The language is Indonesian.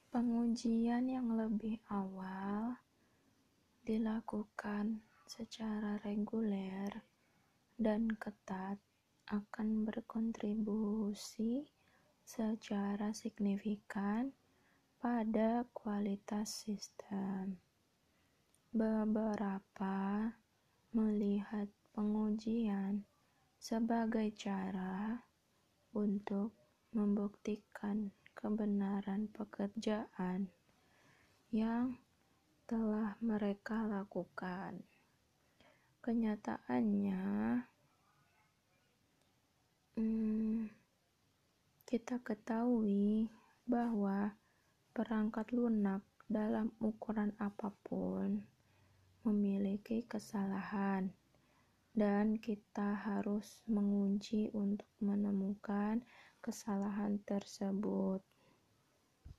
Pengujian yang lebih awal dilakukan secara reguler dan ketat akan berkontribusi secara signifikan pada kualitas sistem. Beberapa melihat pengujian sebagai cara untuk membuktikan kebenaran pekerjaan yang telah mereka lakukan. Kenyataannya, kita ketahui bahwa perangkat lunak dalam ukuran apapun memiliki kesalahan, dan kita harus menguji untuk menemukan kesalahan tersebut.